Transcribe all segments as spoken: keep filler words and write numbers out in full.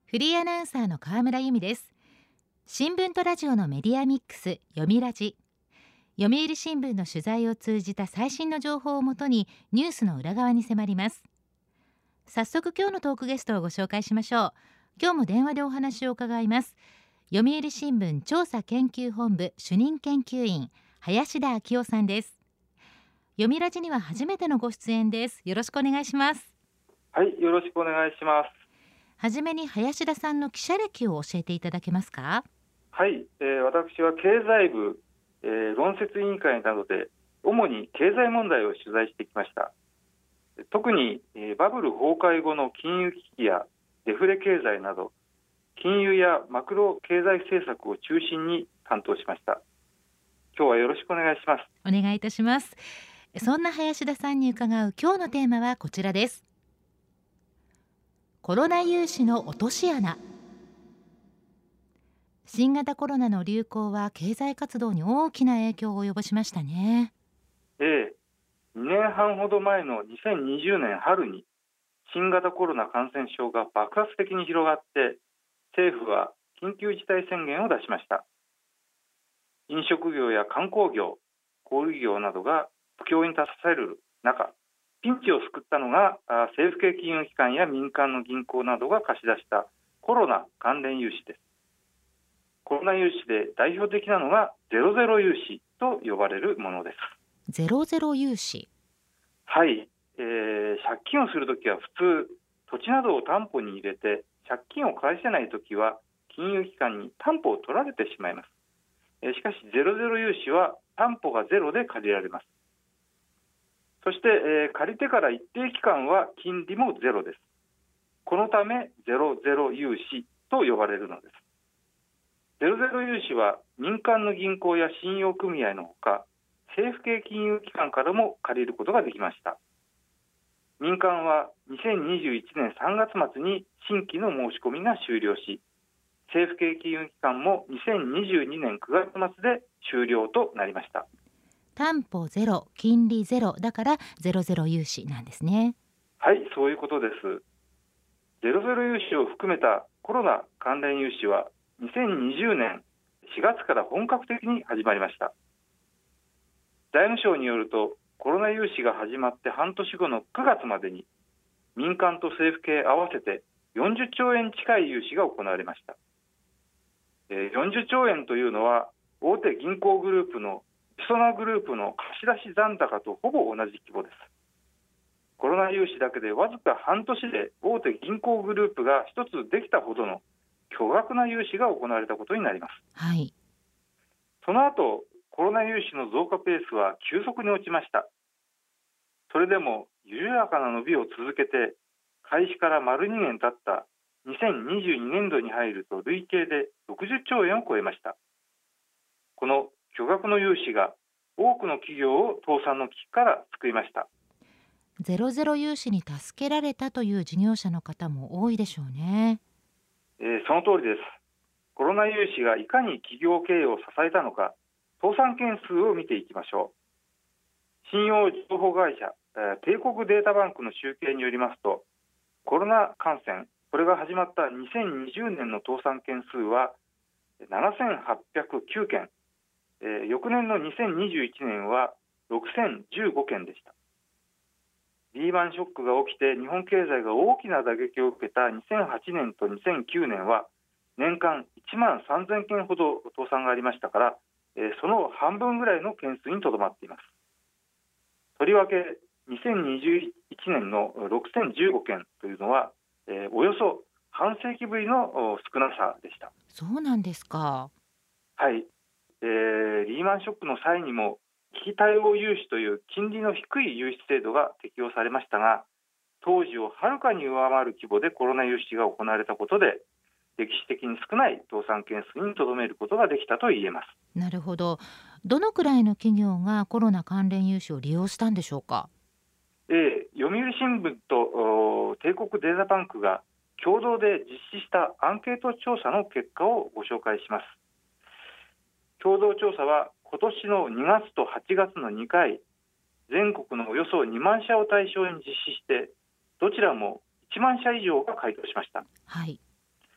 フリーアナウンサーの河村由美です。新聞とラジオのメディアミックス、読みラジ。読売新聞の取材を通じた最新の情報をもとにニュースの裏側に迫ります。早速今日のトークゲストをご紹介しましょう。今日も電話でお話を伺います。読売新聞調査研究本部主任研究員林田昭夫さんです。読みラジには初めてのご出演です。よろしくお願いします。 はい、よろしくお願いします。 はじめに林田さんの記者歴を教えていただけますか？ はい、えー、私は経済部、えー、論説委員会などで主に経済問題を取材してきました。特に、えー、バブル崩壊後の金融危機やデフレ経済など金融やマクロ経済政策を中心に担当しました。今日はよろしくお願いします。 お願いいたします。そんな林田さんに伺う今日のテーマはこちらです。コロナ融資の落とし穴。新型コロナの流行は経済活動に大きな影響を及ぼしましたね。 ええ、にねんはんほど前のにせんにじゅうねん春に新型コロナ感染症が爆発的に広がって政府は緊急事態宣言を出しました。飲食業や観光業、小売業などが不況に立たされる中、ピンチを救ったのが政府系金融機関や民間の銀行などが貸し出したコロナ関連融資です。コロナ融資で代表的なのがゼロゼロ融資と呼ばれるものです。 ゼロゼロ融資。 はい、えー、借金をするときは普通土地などを担保に入れて借金を返せないときは金融機関に担保を取られてしまいます。えー、しかしゼロゼロ融資は担保がゼロで借りられます。そして、えー、借りてから一定期間は金利もゼロです。このためゼロゼロ融資と呼ばれるのです。ゼロゼロ融資は民間の銀行や信用組合のほか政府系金融機関からも借りることができました。民間はにせんにじゅういちねんさんがつ末に新規の申し込みが終了し、政府系金融機関もにせんにじゅうにねんくがつ末で終了となりました。 担保ゼロ、金利ゼロだからゼロゼロ融資なんですね。 はい、そういうことです。ゼロゼロ融資を含めたコロナ関連融資はにせんにじゅうねんしがつから本格的に始まりました。財務省によるとコロナ融資が始まって半年後のくがつまでに民間と政府系合わせてよんじゅっちょうえん近い融資が行われました。よんじゅっちょうえんというのは大手銀行グループのりそなグループの貸し出し残高とほぼ同じ規模です。コロナ融資だけでわずか半年で大手銀行グループが一つできたほどの巨額な融資が行われたことになります。 はい。 その後コロナ融資の増加ペースは急速に落ちました。それでも緩やかな伸びを続けて開始から丸にねん経ったにせんにじゅうにねんどに入ると累計でろくじゅっちょうえんを超えました。この巨額の融資が多くの企業を倒産の危機から救いました。 ゼロゼロ融資に助けられたという事業者の方も多いでしょうね。 えー、その通りです。コロナ融資がいかに企業経営を支えたのか、倒産件数を見ていきましょう。信用情報会社、えー、帝国データバンクの集計によりますと、コロナ感染、これが始まったにせんにじゅうねんの倒産件数はななせんはっぴゃくきゅうけん、えー、翌年のにせんにじゅういちねんはろくせんじゅうごけんでした。リーマンショックが起きて日本経済が大きな打撃を受けたにせんはちねんとにせんきゅうねんは年間いちまんさんぜんけんほど倒産がありましたから、えー、その半分ぐらいの件数にとどまっています。とりわけにせんにじゅういちねんのろくせんじゅうごけんというのは、えー、およそ半世紀ぶりの少なさでした。 そうなんですか。 はい、えー、リーマンショックの際にも危機対応融資という金利の低い融資制度が適用されましたが、当時をはるかに上回る規模でコロナ融資が行われたことで歴史的に少ない倒産件数にとどめることができたと言えます。 なるほど。どのくらいの企業がコロナ関連融資を利用したんでしょうか？ えー、読売新聞と帝国データバンクが共同で実施したアンケート調査の結果をご紹介します。共同調査は今年のにがつとはちがつのにかい、全国のおよそにまんしゃを対象に実施して、どちらもいちまんしゃ以上が回答しました。 はい。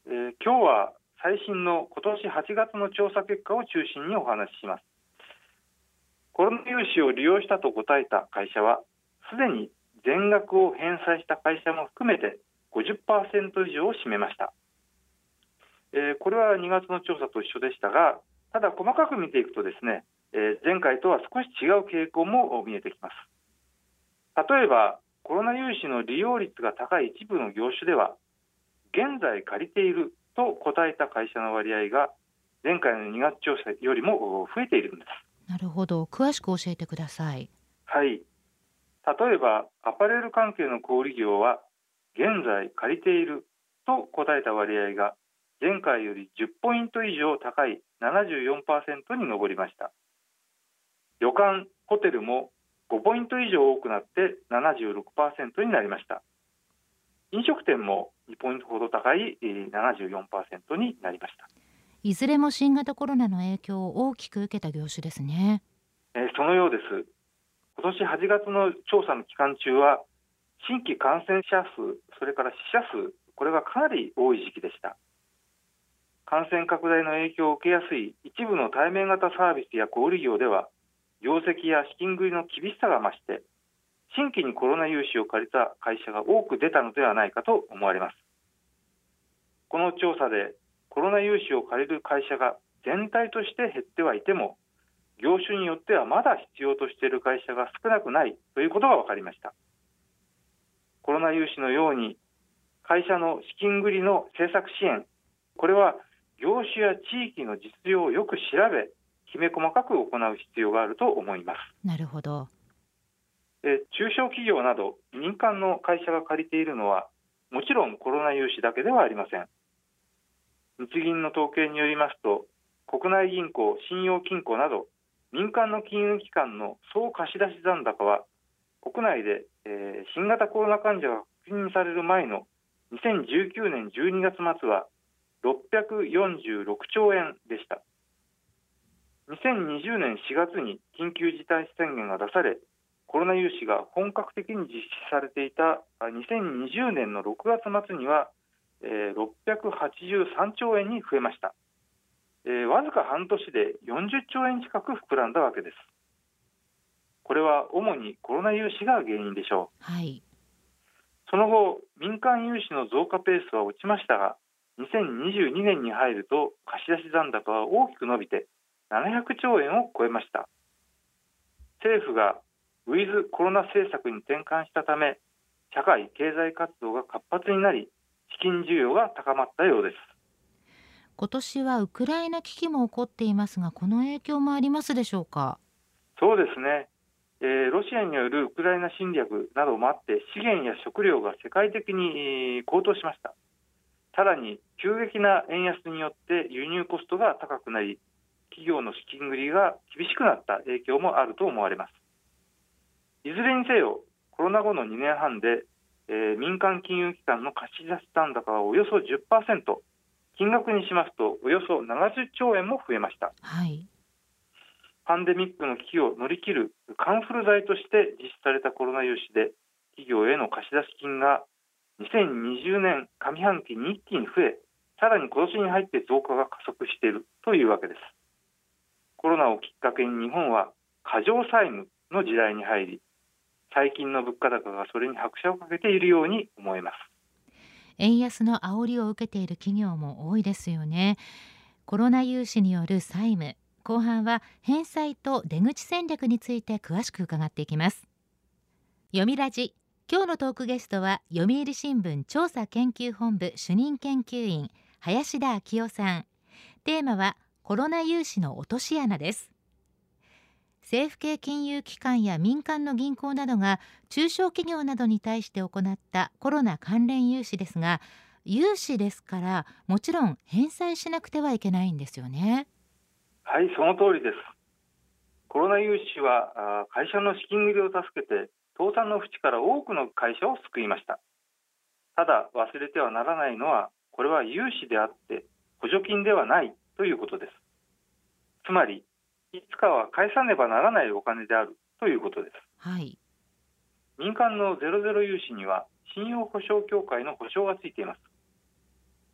えー、今日は最新の今年はちがつの調査結果を中心にお話しします。コロナ融資を利用したと答えた会社は、すでに全額を返済した会社も含めて ごじゅっパーセント 以上を占めました。えー、これはにがつの調査と一緒でしたが、ただ細かく見ていくとですね、えー、前回とは少し違う傾向も見えてきます。例えばコロナ融資の利用率が高い一部の業種では、現在借りていると答えた会社の割合が前回のにがつ調査よりも増えているんです。 なるほど、詳しく教えてください。 はい、例えばアパレル関係の小売業は、現在借りていると答えた割合が前回よりじゅっポイント以上高い ななじゅうよんパーセント に上りました。旅館・ホテルもごポイント以上多くなってななじゅうろくパーセント になりました。飲食店もにポイントほど高い ななじゅうよんパーセント になりました。 いずれも新型コロナの影響を大きく受けた業種ですね。 えー、そのようです。今年はちがつの調査の期間中は、新規感染者数、それから死者数、これがかなり多い時期でした。感染拡大の影響を受けやすい一部の対面型サービスや小売業では、業績や資金繰りの厳しさが増して、新規にコロナ融資を借りた会社が多く出たのではないかと思われます。この調査でコロナ融資を借りる会社が全体として減ってはいても、業種によってはまだ必要としている会社が少なくないということが分かりました。コロナ融資のように会社の資金繰りの政策支援、これは業種や地域の実情をよく調べ、きめ細かく行う必要があると思います。 なるほど。 え中小企業など民間の会社が借りているのは、もちろんコロナ融資だけではありません。日銀の統計によりますと、国内銀行、信用金庫など民間の金融機関の総貸し出し残高は、国内で、えー、新型コロナ患者が確認される前のにせんじゅうきゅうねんじゅうにがつ末はろっぴゃくよんじゅうろくちょうえんでした。にせんにじゅうねんしがつに緊急事態宣言が出され、コロナ融資が本格的に実施されていたにせんにじゅうねんのろくがつ末には、えー、ろっぴゃくはちじゅうさんちょうえんに増えました。えー、わずか半年でよんじゅっちょうえん近く膨らんだわけです。これは主にコロナ融資が原因でしょう。 はい。 その後、民間融資の増加ペースは落ちましたが、にせんにじゅうにねんに入ると貸し出し残高は大きく伸びてななひゃくちょうえんを超えました。政府がウィズコロナ政策に転換したため、社会経済活動が活発になり、資金需要が高まったようです。 今年はウクライナ危機も起こっていますが、この影響もありますでしょうか。 そうですね、えー、ロシアによるウクライナ侵略などもあって、資源や食料が世界的に高騰しました。さらに急激な円安によって輸入コストが高くなり、企業の資金繰りが厳しくなった影響もあると思われます。いずれにせよ、コロナ後のにねんはんで、えー、民間金融機関の貸し出し残高はおよそ じゅっパーセント、金額にしますとおよそななじゅっちょうえんも増えました。 はい。 パンデミックの危機を乗り切るカンフル剤として実施されたコロナ融資で、企業への貸し出し金がにせんにじゅうねん上半期に一気に増え、さらに今年に入って増加が加速しているというわけです。コロナをきっかけに日本は過剰債務の時代に入り、最近の物価高がそれに拍車をかけているように思えます。 円安の煽りを受けている企業も多いですよね。コロナ融資による債務、後半は返済と出口戦略について詳しく伺っていきます。読みラジ、今日のトークゲストは読売新聞調査研究本部主任研究員林田昭夫さん。テーマはコロナ融資の落とし穴です。政府系金融機関や民間の銀行などが中小企業などに対して行ったコロナ関連融資ですが、融資ですからもちろん返済しなくてはいけないんですよね。 はい、その通りです。コロナ融資は会社の資金繰りを助けて倒産の淵から多くの会社を救いました。ただ忘れてはならないのは、これは融資であって補助金ではないということです。つまりいつかは返さねばならないお金であるということです。 はい。 民間のゼロゼロ融資には信用保証協会の保証がついています。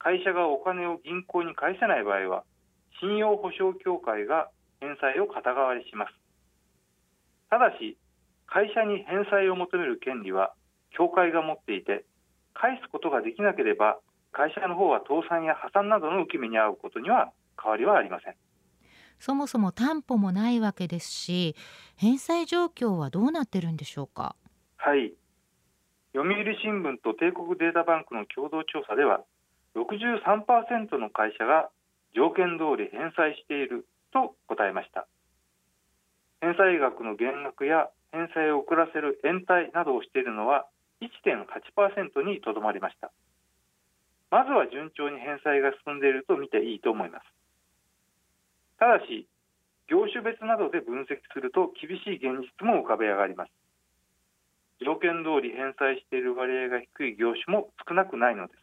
会社がお金を銀行に返せない場合は、信用保証協会が返済を肩代わりします。ただし、会社に返済を求める権利は協会が持っていて、返すことができなければ会社の方は倒産や破産などの受け身に遭うことには変わりはありません。 そもそも担保もないわけですし、返済状況はどうなってるんでしょうか？ はい、読売新聞と帝国データバンクの共同調査では、ろくじゅうさんパーセントの会社が条件通り返済していると答えました。返済額の減額や返済を遅らせる延滞などをしているのは いってんはちパーセント にとどまりました。まずは順調に返済が進んでいると見ていいと思います。ただし、業種別などで分析すると厳しい現実も浮かび上がります。条件通り返済している割合が低い業種も少なくないのです。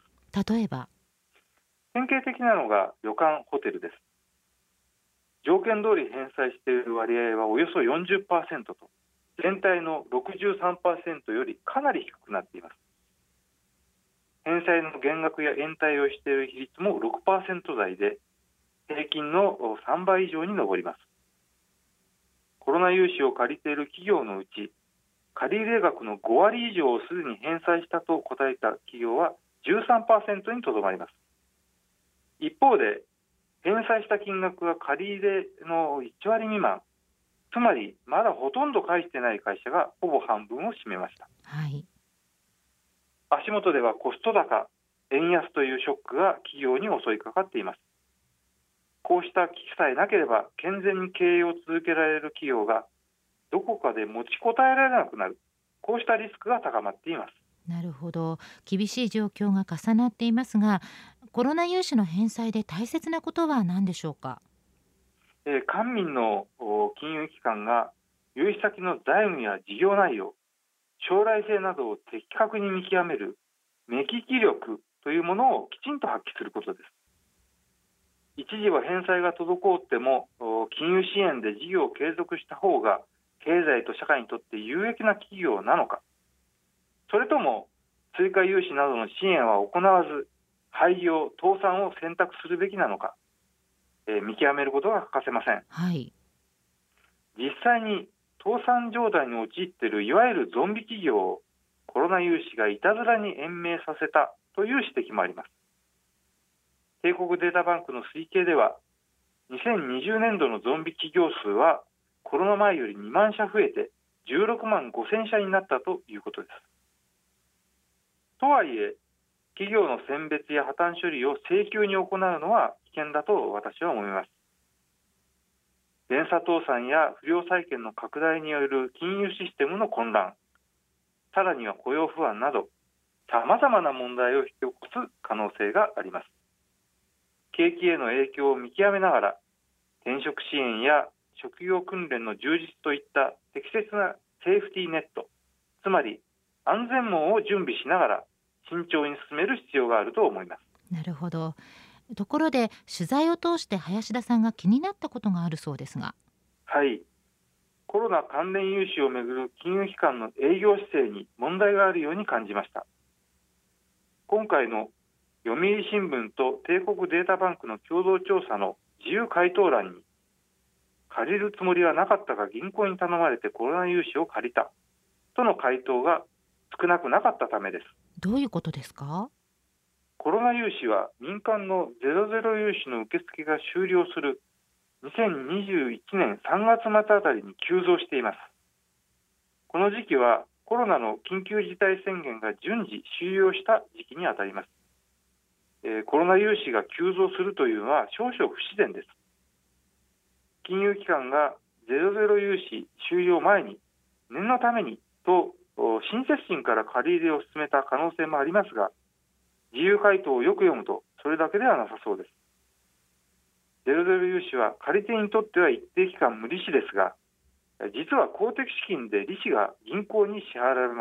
例えば、 典型的なのが旅館・ホテルです。条件通り返済している割合はおよそ よんじゅっパーセント と、全体の ろくじゅうさんパーセント よりかなり低くなっています。返済の減額や延滞をしている比率も ろくパーセント 台で、平均のさんばい以上に上ります。コロナ融資を借りている企業のうち、借入額のごわり以上をすでに返済したと答えた企業は じゅうさんパーセント にとどまります。一方で、返済した金額が借入のいちわり未満、つまりまだほとんど返していない会社がほぼ半分を占めました。 はい、 足元ではコスト高、円安というショックが企業に襲いかかっています。こうした危機さえなければ健全に経営を続けられる企業がどこかで持ちこたえられなくなる、こうしたリスクが高まっています。 なるほど。厳しい状況が重なっていますが、コロナ融資の返済で大切なことは何でしょうか？ えー、官民の金融機関が融資先の財務や事業内容、将来性などを的確に見極める目利き力というものをきちんと発揮することです。一時は返済が滞っても金融支援で事業を継続した方が経済と社会にとって有益な企業なのか、それとも追加融資などの支援は行わず廃業・倒産を選択するべきなのか、えー、見極めることが欠かせません。 はい、 実際に倒産状態に陥っているいわゆるゾンビ企業をコロナ融資がいたずらに延命させたという指摘もあります。帝国データバンクの推計では、にせんにじゅうねんどのゾンビ企業数はコロナ前よりにまんしゃ増えてじゅうろくまんごせんしゃになったということです。とはいえ、企業の選別や破綻処理を請求に行うのは危険だと私は思います。連鎖倒産や不良債権の拡大による金融システムの混乱、さらには雇用不安などさまざまな問題を引き起こす可能性があります。景気への影響を見極めながら、転職支援や職業訓練の充実といった適切なセーフティーネット、つまり安全網を準備しながら慎重に進める必要があると思います。 なるほど。ところで、取材を通して林田さんが気になったことがあるそうですが。 はい、コロナ関連融資をめぐる金融機関の営業姿勢に問題があるように感じました。今回の読売新聞と帝国データバンクの共同調査の自由回答欄に、借りるつもりはなかったが銀行に頼まれてコロナ融資を借りたとの回答が少なくなかったためです。 どういうことですか？ コロナ融資は民間のゼロゼロ融資の受付が終了するにせんにじゅういちねんさんがつまつあたりに急増しています。この時期はコロナの緊急事態宣言が順次終了した時期にあたります。えー、コロナ融資が急増するというのは少々不自然です。金融機関がゼロゼロ融資終了前に念のためにと親切心から借り入れを進めた可能性もありますが、自由回答をよく読むとそれだけではなさそうです。ゼロゼロ融資は借り手にとっては一定期間無利子ですが、実は公的資金で利子が銀行に支払われます。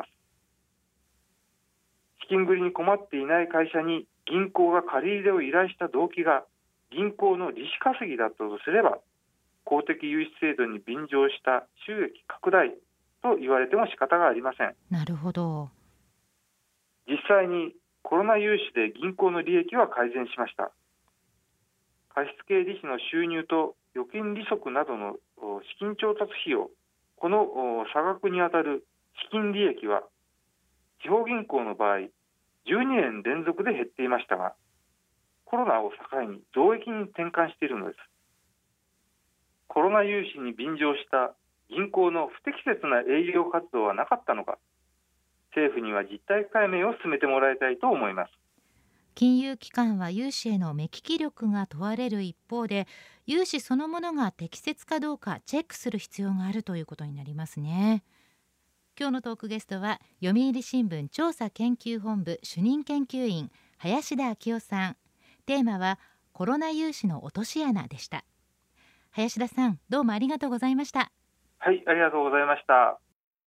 資金繰りに困っていない会社に銀行が借り入れを依頼した動機が銀行の利子稼ぎだったとすれば、公的融資制度に便乗した収益拡大と言われても仕方がありません。 なるほど。 実際にコロナ融資で銀行の利益は改善しました。貸付利子の収入と預金利息などの資金調達費用、この差額にあたる資金利益は地方銀行の場合じゅうにねん連続で減っていましたが、コロナを境に増益に転換しているのです。コロナ融資に便乗した銀行の不適切な営業活動はなかったのか、政府には実態解明を進めてもらいたいと思います。 金融機関は融資への目利き力が問われる一方で、融資そのものが適切かどうかチェックする必要があるということになりますね。今日のトークゲストは読売新聞調査研究本部主任研究員林田昭夫さん。テーマはコロナ融資の落とし穴でした。林田さん、どうもありがとうございました。 はい、ありがとうございました。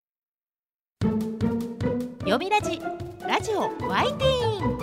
読みラジラジオワイティーン。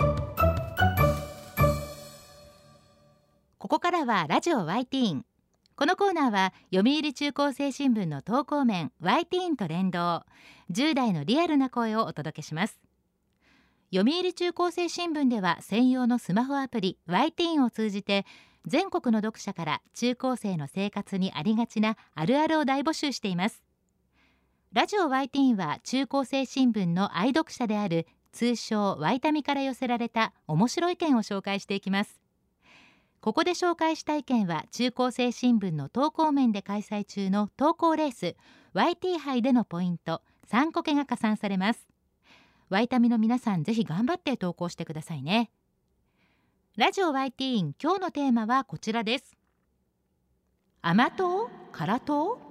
ここからはラジオワイティーン。このコーナーは読売中高生新聞の投稿面ワイティーンと連動、じゅう代のリアルな声をお届けします。読売中高生新聞では専用のスマホアプリワイティーンを通じて、全国の読者から中高生の生活にありがちなあるあるを大募集しています。ラジオワイティーンは中高生新聞の愛読者である通称ワイタミから寄せられた面白い意見を紹介していきます。ここで紹介した意見は中高生新聞の投稿面で開催中の投稿レース ワイティー 杯でのポイントさんこけが加算されます。ワイタミの皆さん、ぜひ頑張って投稿してくださいね。ラジオワイティーン、今日のテーマはこちらです。甘党？辛党？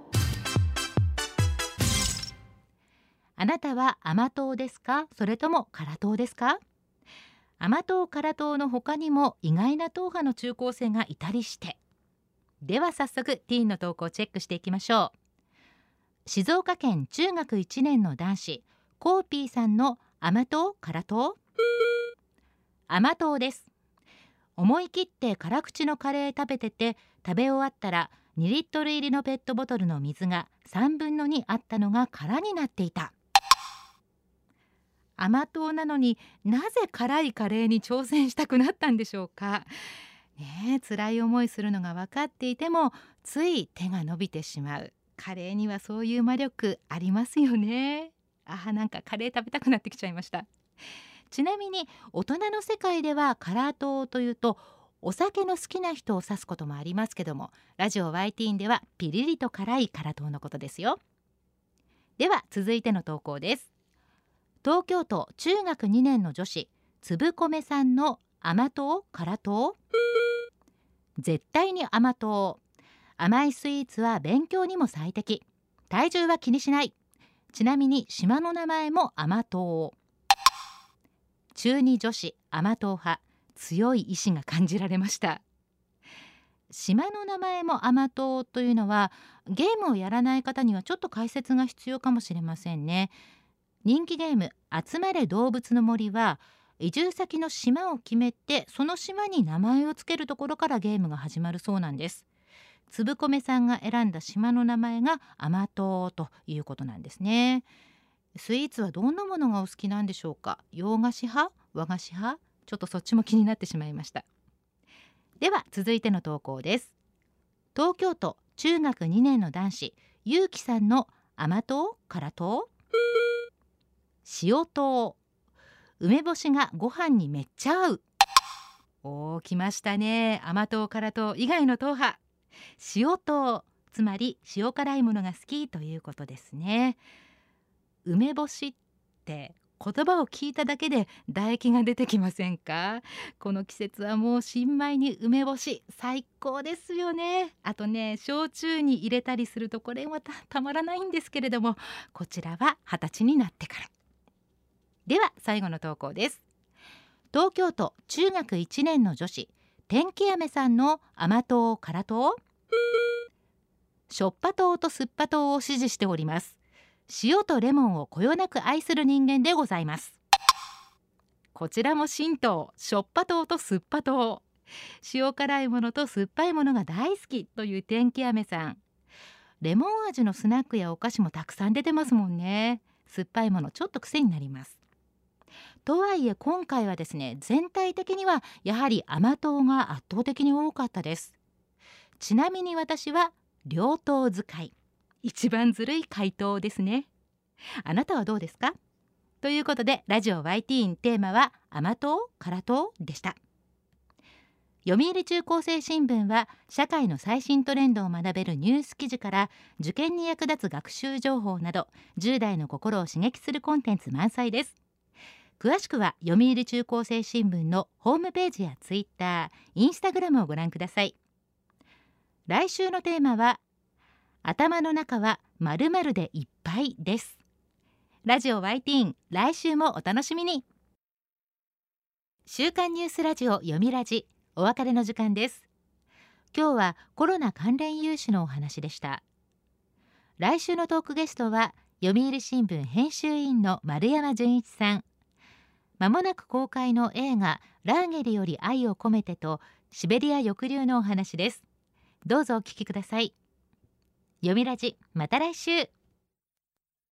あなたは甘党ですか、それとも辛党ですか？甘党辛党の他にも意外な党派の中高生がいたりして、では早速ティーンの投稿をチェックしていきましょう。静岡県中学いちねんの男子コーピーさんの甘党辛党？甘党です。思い切って辛口のカレー食べてて、食べ終わったらにリットル入りのペットボトルの水がさんぶんのにあったのが空になっていた。甘党なのになぜ辛いカレーに挑戦したくなったんでしょうか。ねえ、辛い思いするのが分かっていてもつい手が伸びてしまう。カレーにはそういう魔力ありますよね。あー、なんかカレー食べたくなってきちゃいました。ちなみに大人の世界では辛党というとお酒の好きな人を指すこともありますけども、ラジオワイティーンではピリリと辛い辛党のことですよ。では続いての投稿です。東京都中学にねんの女子つぶこめさんの甘党辛党？絶対に甘党。甘いスイーツは勉強にも最適。体重は気にしない。ちなみに島の名前も甘党。中二女子甘党派、強い意志が感じられました。島の名前も甘党というのはゲームをやらない方にはちょっと解説が必要かもしれませんね。人気ゲーム集まれ動物の森は移住先の島を決めて、その島に名前をつけるところからゲームが始まるそうなんです。つぶこめさんが選んだ島の名前が甘党ということなんですね。スイーツはどんなものがお好きなんでしょうか。洋菓子派？和菓子派？ちょっとそっちも気になってしまいました。では続いての投稿です。東京都中学にねんの男子ゆうきさんの甘党辛党？塩党。梅干しがご飯にめっちゃ合う。おー、来ましたね。甘党辛党以外の党派、塩党、つまり塩辛いものが好きということですね。梅干しって言葉を聞いただけで唾液が出てきませんか。この季節はもう新米に梅干し最高ですよね。あとね、焼酎に入れたりするとこれまたたまらないんですけれども、こちらは二十歳になってから。では最後の投稿です。東京都中学いちねんの女子天気雨さんの甘党辛党？しょっぱ党と酸っぱ党を支持しております。塩とレモンをこよなく愛する人間でございます。こちらも新党、しょっぱ党と酸っぱ党。塩辛いものと酸っぱいものが大好きという天気雨さん。レモン味のスナックやお菓子もたくさん出てますもんね。酸っぱいものちょっと癖になります。 とはいえ今回はですね、全体的にはやはり甘党が圧倒的に多かったです。ちなみに私は両党使い、一番ずるい回答ですね。あなたはどうですか？ということで、ラジオ ワイティーンテーマは甘党辛党でした。読売中高生新聞は社会の最新トレンドを学べるニュース記事から受験に役立つ学習情報などじゅう代の心を刺激するコンテンツ満載です。詳しくは読売中高生新聞のホームページやツイッター、インスタグラムをご覧ください。来週のテーマは頭の中は〇〇でいっぱいです。ラジオ ワイティーン、来週もお楽しみに。週刊ニュースラジオ読みラジ、お別れの時間です。今日はコロナ関連融資のお話でした。来週のトークゲストは読売新聞編集員の丸山純一さん。まもなく公開の映画ラーゲリより愛を込めてとシベリア抑留のお話です。どうぞお聞きください。読みラジ、また来週。